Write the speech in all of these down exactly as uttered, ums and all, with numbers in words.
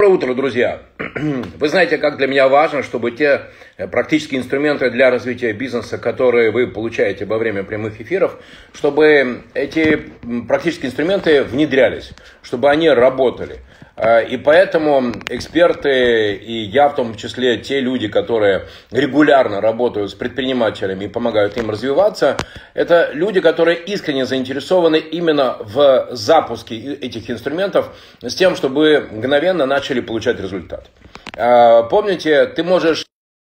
утро, друзья! Вы знаете, как для меня важно, чтобы те практические инструменты для развития бизнеса, которые вы получаете во время прямых эфиров, чтобы эти практические инструменты внедрялись, чтобы они работали. И поэтому эксперты, и я в том числе, те люди, которые регулярно работают с предпринимателями и помогают им развиваться, это люди, которые искренне заинтересованы именно в запуске этих инструментов с тем, чтобы мгновенно начали получать результат. Помните, ты можешь,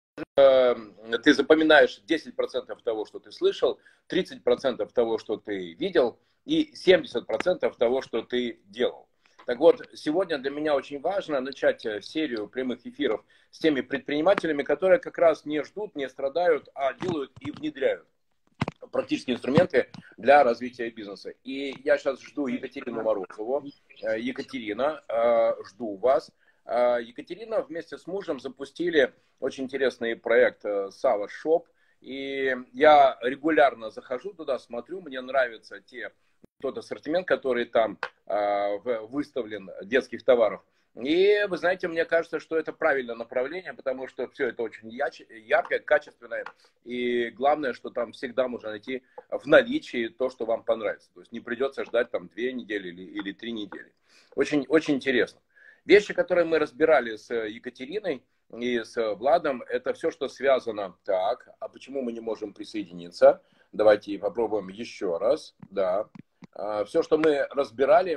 ты запоминаешь десять процентов того, что ты слышал, тридцать процентов того, что ты видел, и семьдесят процентов того, что ты делал. Так вот, сегодня для меня очень важно начать серию прямых эфиров с теми предпринимателями, которые как раз не ждут, не страдают, а делают и внедряют практические инструменты для развития бизнеса. И я сейчас жду Екатерину Морозову. Екатерина, жду вас. Екатерина вместе с мужем запустили очень интересный проект Sava Shop. И я регулярно захожу туда, смотрю, мне нравятся те... тот ассортимент, который там э, выставлен, детских товаров. И вы знаете, мне кажется, что это правильное направление, потому что все это очень яркое, качественное. И главное, что там всегда можно найти в наличии то, что вам понравится. То есть не придется ждать там две недели или, или три недели. Очень, очень интересно. Вещи, которые мы разбирали с Екатериной и с Владом, это все, что связано. Так, а почему мы не можем присоединиться? Давайте попробуем еще раз. Да. Все, что мы разбирали,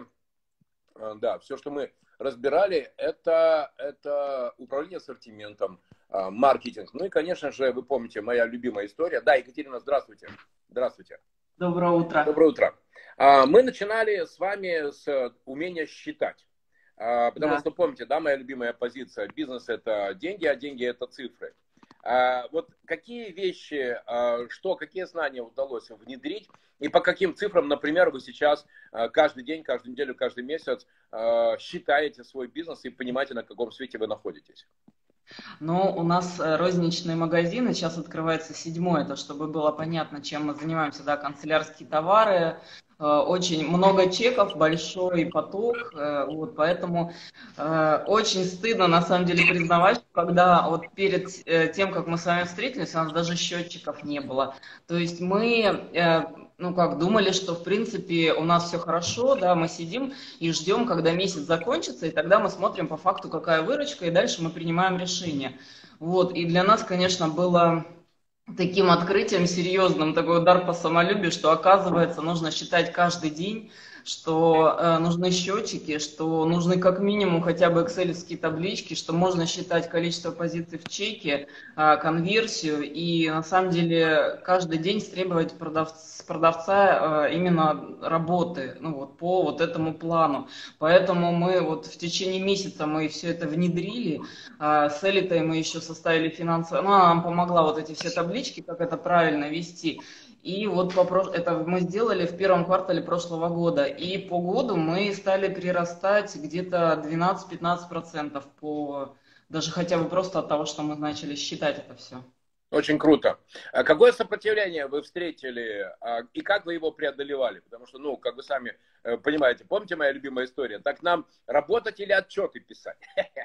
да, все, что мы разбирали, это, это управление ассортиментом, маркетинг. Ну и, конечно же, вы помните, моя любимая история. Да, Екатерина, здравствуйте. Здравствуйте. Доброе утро. Доброе утро. Мы начинали с вами с умения считать. Потому да. что, помните, да, моя любимая позиция. Бизнес – это деньги, а деньги – это цифры. Вот какие вещи, что, какие знания удалось внедрить и по каким цифрам, например, вы сейчас каждый день, каждую неделю, каждый месяц считаете свой бизнес и понимаете, на каком свете вы находитесь? Ну, у нас розничные магазины, сейчас открывается седьмой, это чтобы было понятно, чем мы занимаемся, да, канцелярские товары, очень много чеков, большой поток, вот, поэтому э, очень стыдно, на самом деле, признавать, когда вот перед тем, как мы с вами встретились, у нас даже счетчиков не было, то есть мы... Э, ну как, думали, что в принципе у нас все хорошо, да, мы сидим и ждем, когда месяц закончится, и тогда мы смотрим по факту, какая выручка, и дальше мы принимаем решение. Вот, и для нас, конечно, было таким открытием серьезным, такой удар по самолюбию, что оказывается нужно считать каждый день, что э, нужны счетчики, что нужны как минимум хотя бы экселевские таблички, что можно считать количество позиций в чеке, э, конверсию, и на самом деле каждый день требовать продав... с продавца э, именно работы, ну, вот, по вот этому плану. Поэтому мы вот в течение месяца мы все это внедрили, э, с Элитой мы еще составили финансовую, ну, она нам помогла вот эти все таблички, как это правильно вести. И вот это мы сделали в первом квартале прошлого года. И по году мы стали прирастать где-то двенадцать-пятнадцать процентов по даже хотя бы просто от того, что мы начали считать это все. Очень круто. А какое сопротивление вы встретили и как вы его преодолевали? Потому что, ну, как вы сами понимаете, помните моя любимая история? Так нам работать или отчеты писать?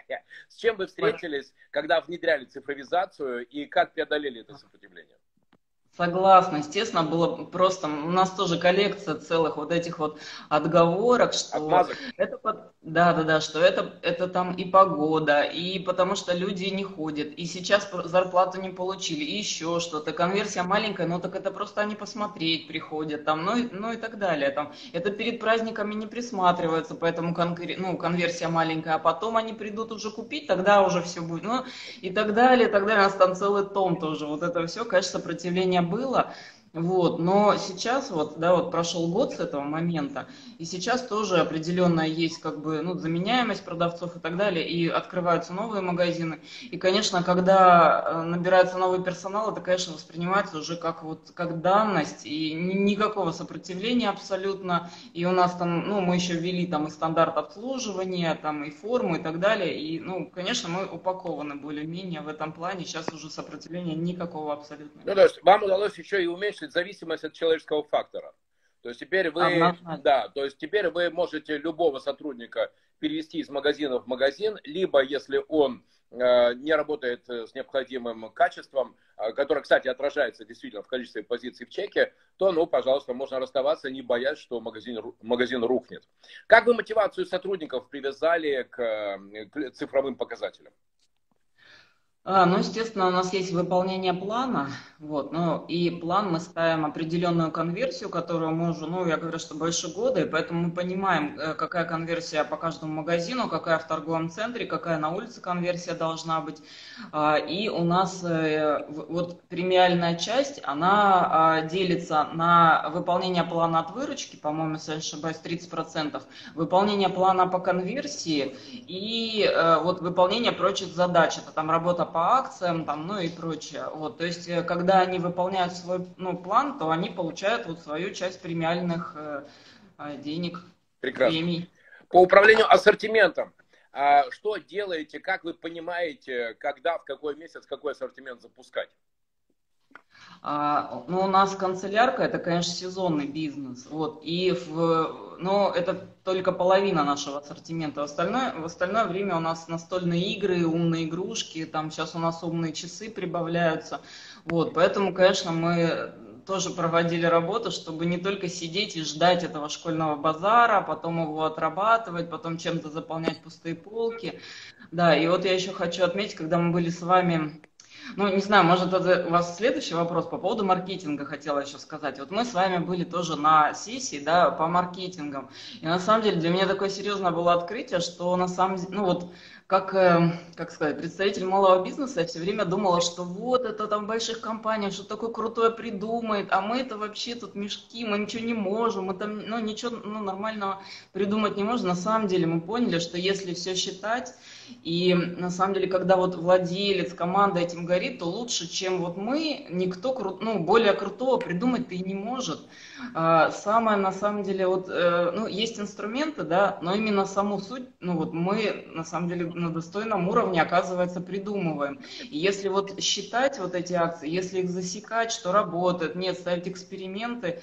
С чем вы встретились, когда внедряли цифровизацию, и как преодолели это сопротивление? Согласна, естественно, было просто, у нас тоже коллекция целых вот этих вот отговорок, что Отмазок. это, да, да, да, что это, это там и погода, и потому что люди не ходят, и сейчас зарплату не получили, и еще что-то, конверсия маленькая, ну так это просто они посмотреть приходят, там, ну, и, ну и так далее, там, это перед праздниками не присматриваются, поэтому конкре- ну, конверсия маленькая, а потом они придут уже купить, тогда уже все будет, ну и так далее, и так далее, у нас там целый том тоже, вот это все, конечно, сопротивление было, вот, но сейчас вот, да, вот прошел год с этого момента, и сейчас тоже определенная есть как бы, ну, заменяемость продавцов и так далее, и открываются новые магазины, и, конечно, когда набирается новый персонал, это, конечно, воспринимается уже как вот, как данность, и никакого сопротивления абсолютно, и у нас там, ну, мы еще ввели там и стандарт обслуживания, там и форму и так далее, и, ну, конечно, мы упакованы более-менее в этом плане, сейчас уже сопротивления никакого абсолютно нет. Ну, то есть вам удалось еще и уменьшить зависимость от человеческого фактора. То есть теперь вы, Однозначно. да, то есть теперь вы можете любого сотрудника перевести из магазина в магазин, либо если он не работает с необходимым качеством, которое, кстати, отражается действительно в количестве позиций в чеке, то, ну, пожалуйста, можно расставаться, не боясь, что магазин, магазин рухнет. Как вы мотивацию сотрудников привязали к, к цифровым показателям? А, ну, естественно, у нас есть выполнение плана, вот, ну, и план мы ставим определенную конверсию, которую мы уже, ну, я говорю, что больше года, и поэтому мы понимаем, какая конверсия по каждому магазину, какая в торговом центре, какая на улице конверсия должна быть, и у нас вот премиальная часть, она делится на выполнение плана от выручки, по-моему, если я не ошибаюсь, тридцать процентов, выполнение плана по конверсии и вот выполнение прочих задач, это там работа по акциям, там, ну и прочее. Вот, то есть, когда они выполняют свой, ну, план, то они получают вот свою часть премиальных э, денег, прекрасно, премий. По управлению ассортиментом, а что делаете, как вы понимаете, когда, в какой месяц, какой ассортимент запускать? А, ну, у нас канцелярка, это, конечно, сезонный бизнес, вот, и в, ну, это только половина нашего ассортимента, в остальное, в остальное время у нас настольные игры, умные игрушки, там сейчас у нас умные часы прибавляются, вот, поэтому, конечно, мы тоже проводили работу, чтобы не только сидеть и ждать этого школьного базара, потом его отрабатывать, потом чем-то заполнять пустые полки, да, и вот я еще хочу отметить, когда мы были с вами... Ну, не знаю, может, это у вас следующий вопрос по поводу маркетинга хотела еще сказать. Вот мы с вами были тоже на сессии, да, по маркетингам. И на самом деле для меня такое серьезное было открытие, что на самом деле, ну вот, как, как сказать, представитель малого бизнеса, я все время думала, что вот это там в больших компаниях, что такое крутое придумает, а мы это вообще тут мешки, мы ничего не можем, мы там, ну, ничего, ну, нормального придумать не можем. На самом деле мы поняли, что если все считать, и на самом деле, когда вот владелец, команда этим горит, то лучше, чем вот мы, никто кру- ну, более крутого придумать-то и не может. А, самое, на самом деле, вот, э, ну, есть инструменты, да, но именно саму суть, ну, вот мы, на самом деле, на достойном уровне, оказывается, придумываем. И если вот считать вот эти акции, если их засекать, что работает, нет, ставить эксперименты,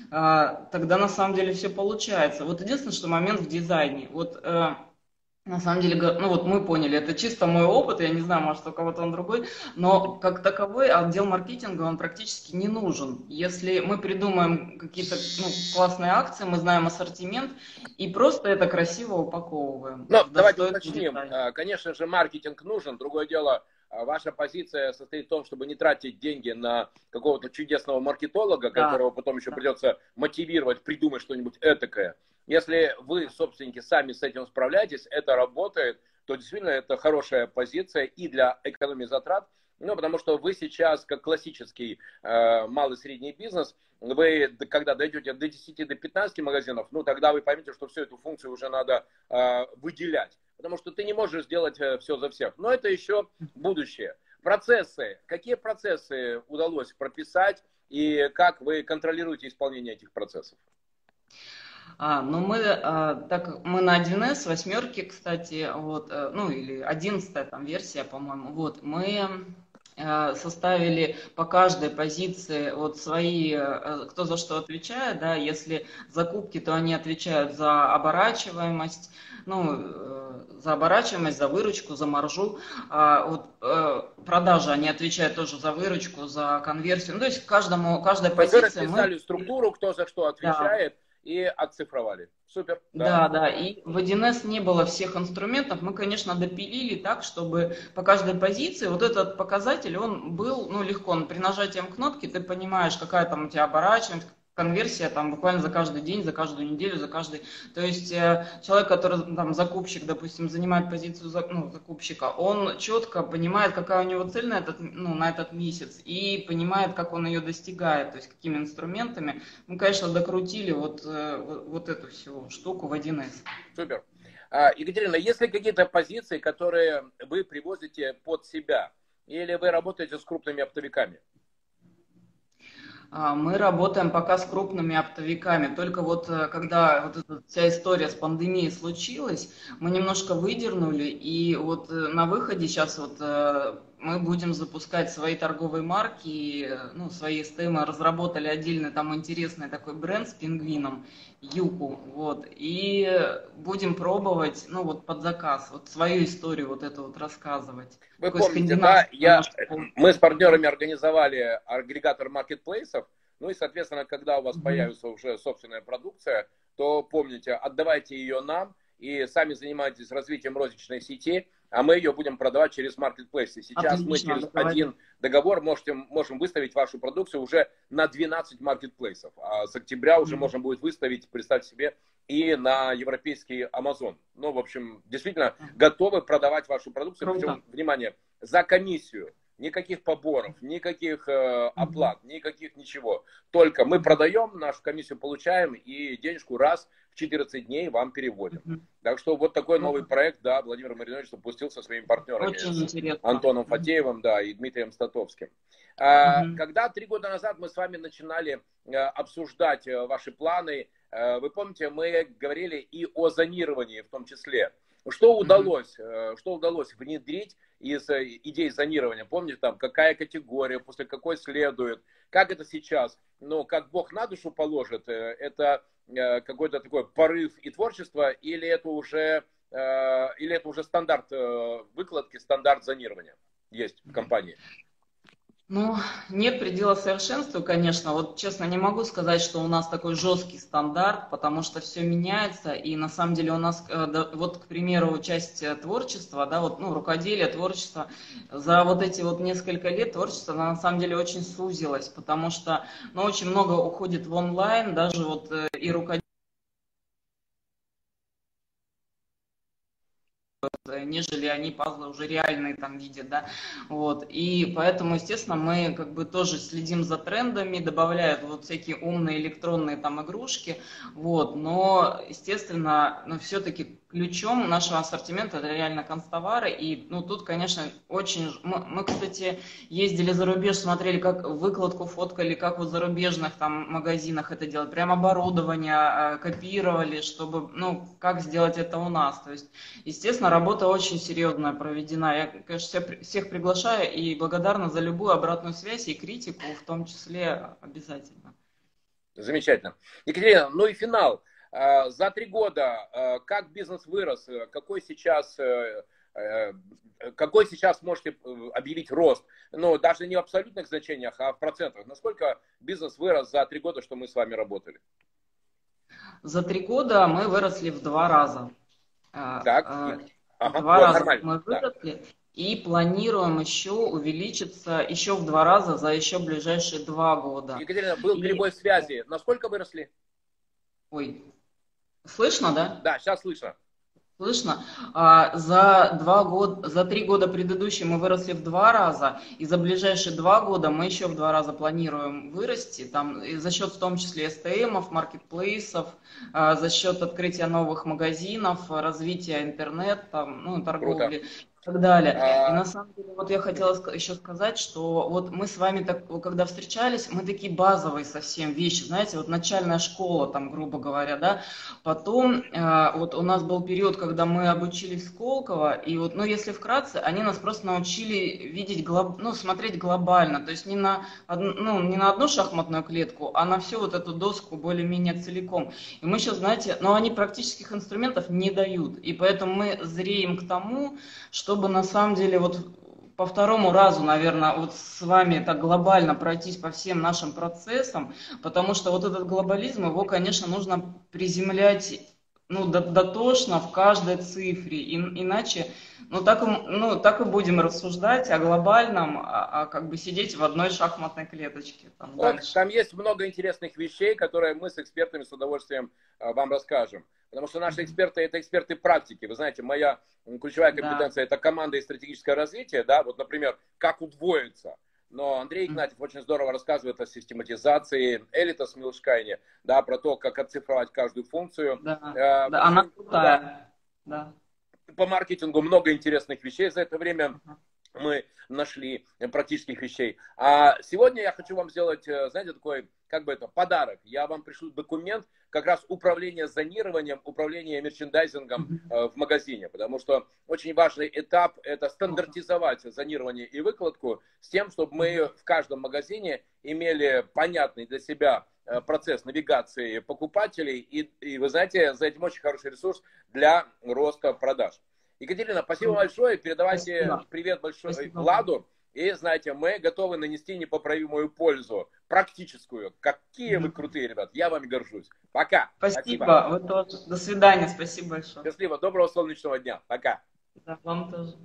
а, тогда, на самом деле, все получается. Вот единственное, что момент в дизайне. Вот... Э, На самом деле, ну вот мы поняли, это чисто мой опыт, я не знаю, может у кого-то он другой, но как таковой отдел маркетинга, он практически не нужен. Если мы придумаем какие-то, ну, классные акции, мы знаем ассортимент и просто это красиво упаковываем. Ну, давайте Достоит уточним. деталей. Конечно же, маркетинг нужен. Другое дело, ваша позиция состоит в том, чтобы не тратить деньги на какого-то чудесного маркетолога, Да, которого потом еще да. придется мотивировать, придумать что-нибудь этакое. Если вы, собственники, сами с этим справляетесь, это работает, то действительно это хорошая позиция и для экономии затрат, ну, потому что вы сейчас, как классический э, малый и средний бизнес, вы, когда дойдете до десяти до пятнадцати магазинов, ну, тогда вы поймете, что всю эту функцию уже надо э, выделять, потому что ты не можешь сделать э, все за всех. Но это еще будущее. Процессы. Какие процессы удалось прописать и как вы контролируете исполнение этих процессов? А, ну мы, а, так как мы на один эс, восьмерки, кстати, вот, э, ну или одиннадцатая там версия, по-моему, вот, мы э, составили по каждой позиции вот свои, э, кто за что отвечает, да, если закупки, то они отвечают за оборачиваемость, ну, э, за оборачиваемость, за выручку, за маржу, а вот э, продажи, они отвечают тоже за выручку, за конверсию, ну, то есть каждому, каждой То есть вы позиции мы... расписали структуру, кто за что Да. отвечает, и оцифровали. Супер. Да, да, и в один эс не было всех инструментов, мы, конечно, допилили так, чтобы по каждой позиции вот этот показатель, он был, ну, легко, при нажатии кнопки ты понимаешь, какая там у тебя оборачиваемость, конверсия там буквально за каждый день, за каждую неделю, за каждый... То есть э, человек, который там закупщик, допустим, занимает позицию за, ну, закупщика, он четко понимает, какая у него цель на этот, ну, на этот месяц и понимает, как он ее достигает, то есть какими инструментами. Мы, конечно, докрутили вот, э, вот, вот эту всю штуку в один эс. Супер. А, Екатерина, есть ли какие-то позиции, которые вы привозите под себя? Или вы работаете с крупными оптовиками? Мы работаем пока с крупными оптовиками. Только вот когда вот эта вся история с пандемией случилась, мы немножко выдернули. И вот на выходе сейчас вот мы будем запускать свои торговые марки, ну, свои эс тэ эм, разработали отдельный там интересный такой бренд с пингвином, Юку, вот, и будем пробовать, ну, вот под заказ, вот свою историю вот эту вот рассказывать. Вы Такой помните, да, скандинавский я, немножко. мы с партнерами организовали агрегатор маркетплейсов, ну и, соответственно, когда у вас появится уже собственная продукция, то помните, отдавайте ее нам и сами занимайтесь развитием розничной сети, а мы ее будем продавать через маркетплейсы. Сейчас Отлично, мы через договорились. один договор можете, можем выставить вашу продукцию уже на двенадцать маркетплейсов. А с октября уже mm-hmm. можно будет выставить, представьте себе, и на европейский Amazon. Ну, в общем, действительно mm-hmm. готовы продавать вашу продукцию. Причем, внимание, за комиссию. Никаких поборов, никаких э, оплат, никаких ничего. Только мы продаем, нашу комиссию получаем и денежку раз в четырнадцать дней вам переводим. Mm-hmm. Так что вот такой новый проект, да, Владимир Маринович запустил со своими партнерами. Очень интересно. Антоном Фатеевым, да, и Дмитрием Статовским. Mm-hmm. Когда три года назад мы с вами начинали э, обсуждать э, ваши планы, э, вы помните, мы говорили и о зонировании в том числе. Что удалось, mm-hmm. что удалось внедрить из идей зонирования? Помните, там, какая категория, после какой следует, как это сейчас? Ну, как Бог на душу положит, это какой-то такой порыв и творчество, или это уже, или это уже стандарт выкладки, стандарт зонирования есть в компании? Ну, нет предела совершенству, конечно. Вот честно не могу сказать, что у нас такой жесткий стандарт, потому что все меняется. И на самом деле у нас, вот, к примеру, часть творчества, да, вот, ну, рукоделие, творчество, за вот эти вот несколько лет творчество на самом деле очень сузилось, потому что, ну, очень много уходит в онлайн, даже вот и рукоделие, нежели они пазлы уже реальные там видят, да, вот, и поэтому, естественно, мы как бы тоже следим за трендами, добавляют вот всякие умные электронные там игрушки, вот, но, естественно, но все-таки ключом нашего ассортимента это реально канцтовары, и, ну, тут, конечно, очень, мы, мы, кстати, ездили за рубеж, смотрели, как выкладку фоткали, как вот в зарубежных там магазинах это делать, прям оборудование копировали, чтобы, ну, как сделать это у нас, то есть, естественно, работа очень серьезная проведена. Я, конечно, всех приглашаю и благодарна за любую обратную связь и критику, в том числе обязательно. Замечательно. Екатерина, ну и финал. За три года как бизнес вырос? Какой сейчас, какой сейчас можете объявить рост? Ну, даже не в абсолютных значениях, а в процентах. Насколько бизнес вырос за три года, что мы с вами работали? За три года мы выросли в два раза. Так. Ага, два раза нормально. Мы выросли, да. И планируем еще увеличиться еще в два раза за еще ближайшие два года. Екатерина, был перебой и... связи. Насколько выросли? Ой, слышно, да? Да, сейчас слышно. Слышно? А, за, два года, за три года предыдущие мы выросли в два раза, и за ближайшие два года мы еще в два раза планируем вырасти, там, и за счет в том числе эс тэ эмов, маркетплейсов, а, за счет открытия новых магазинов, развития интернета, там, ну, торговли. Круто. И так далее. А... И на самом деле, вот я хотела еще сказать, что вот мы с вами, так, когда встречались, мы такие базовые совсем вещи, знаете, вот начальная школа, там, грубо говоря, да, потом э, вот у нас был период, когда мы обучились в Сколково, и вот, ну, если вкратце, они нас просто научили видеть, глоб... ну, смотреть глобально, то есть не на, одну, ну, не на одну шахматную клетку, а на всю вот эту доску более-менее целиком. И мы сейчас, знаете, ну, они практических инструментов не дают, и поэтому мы зреем к тому, что чтобы на самом деле вот по второму разу, наверное, вот с вами так глобально пройтись по всем нашим процессам, потому что вот этот глобализм, его, конечно, нужно приземлять, ну, дотошно в каждой цифре, и, иначе, ну так, ну, так и будем рассуждать о глобальном, а, а как бы сидеть в одной шахматной клеточке. Там, вот, там есть много интересных вещей, которые мы с экспертами с удовольствием а, вам расскажем. Потому что наши эксперты это эксперты практики. Вы знаете, моя ключевая компетенция да. это команда и стратегическое развитие. Да? Вот, например, как удвоиться. Но Андрей Игнатьев очень здорово рассказывает о систематизации, Элита Смилшкайне, да, про то, как оцифровать каждую функцию. Да, э, да она крутая. Да. Да. По маркетингу много интересных вещей за это время. Uh-huh. мы нашли практических вещей. А сегодня я хочу вам сделать, знаете, такой, как бы это, подарок. Я вам пришлю документ, как раз управление зонированием, управление мерчендайзингом в магазине. Потому что очень важный этап – это стандартизовать зонирование и выкладку с тем, чтобы мы в каждом магазине имели понятный для себя процесс навигации покупателей. И, и вы знаете, за этим очень хороший ресурс для роста продаж. Екатерина, спасибо большое. Передавайте спасибо. Привет большой спасибо. Владу. И знаете, мы готовы нанести непоправимую пользу, практическую. Какие вы крутые, ребят. Я вами горжусь. Пока. Спасибо. Спасибо. Вы тоже. До свидания. Спасибо большое. Счастливо. Доброго солнечного дня. Пока. Да, вам тоже.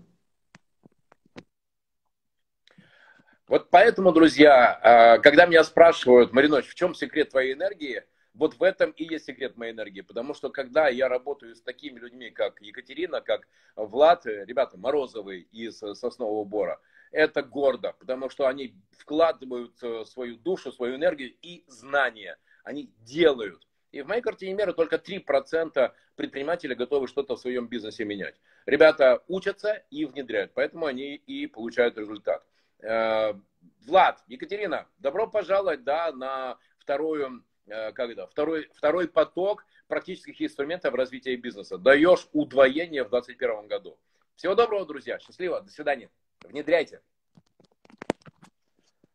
Вот поэтому, друзья, когда меня спрашивают, Мариноч, в чем секрет твоей энергии? Вот в этом и есть секрет моей энергии. Потому что когда я работаю с такими людьми, как Екатерина, как Влад, ребята Морозовы из Соснового Бора, это гордо. Потому что они вкладывают свою душу, свою энергию и знания. Они делают. И в моей картине мира только три процента предпринимателей готовы что-то в своем бизнесе менять. Ребята учатся и внедряют. Поэтому они и получают результат. Влад, Екатерина, добро пожаловать, да, на вторую... Как это? Второй, второй поток практических инструментов развития бизнеса. Даешь удвоение в двадцать первом году. Всего доброго, друзья. Счастливо. До свидания. Внедряйте.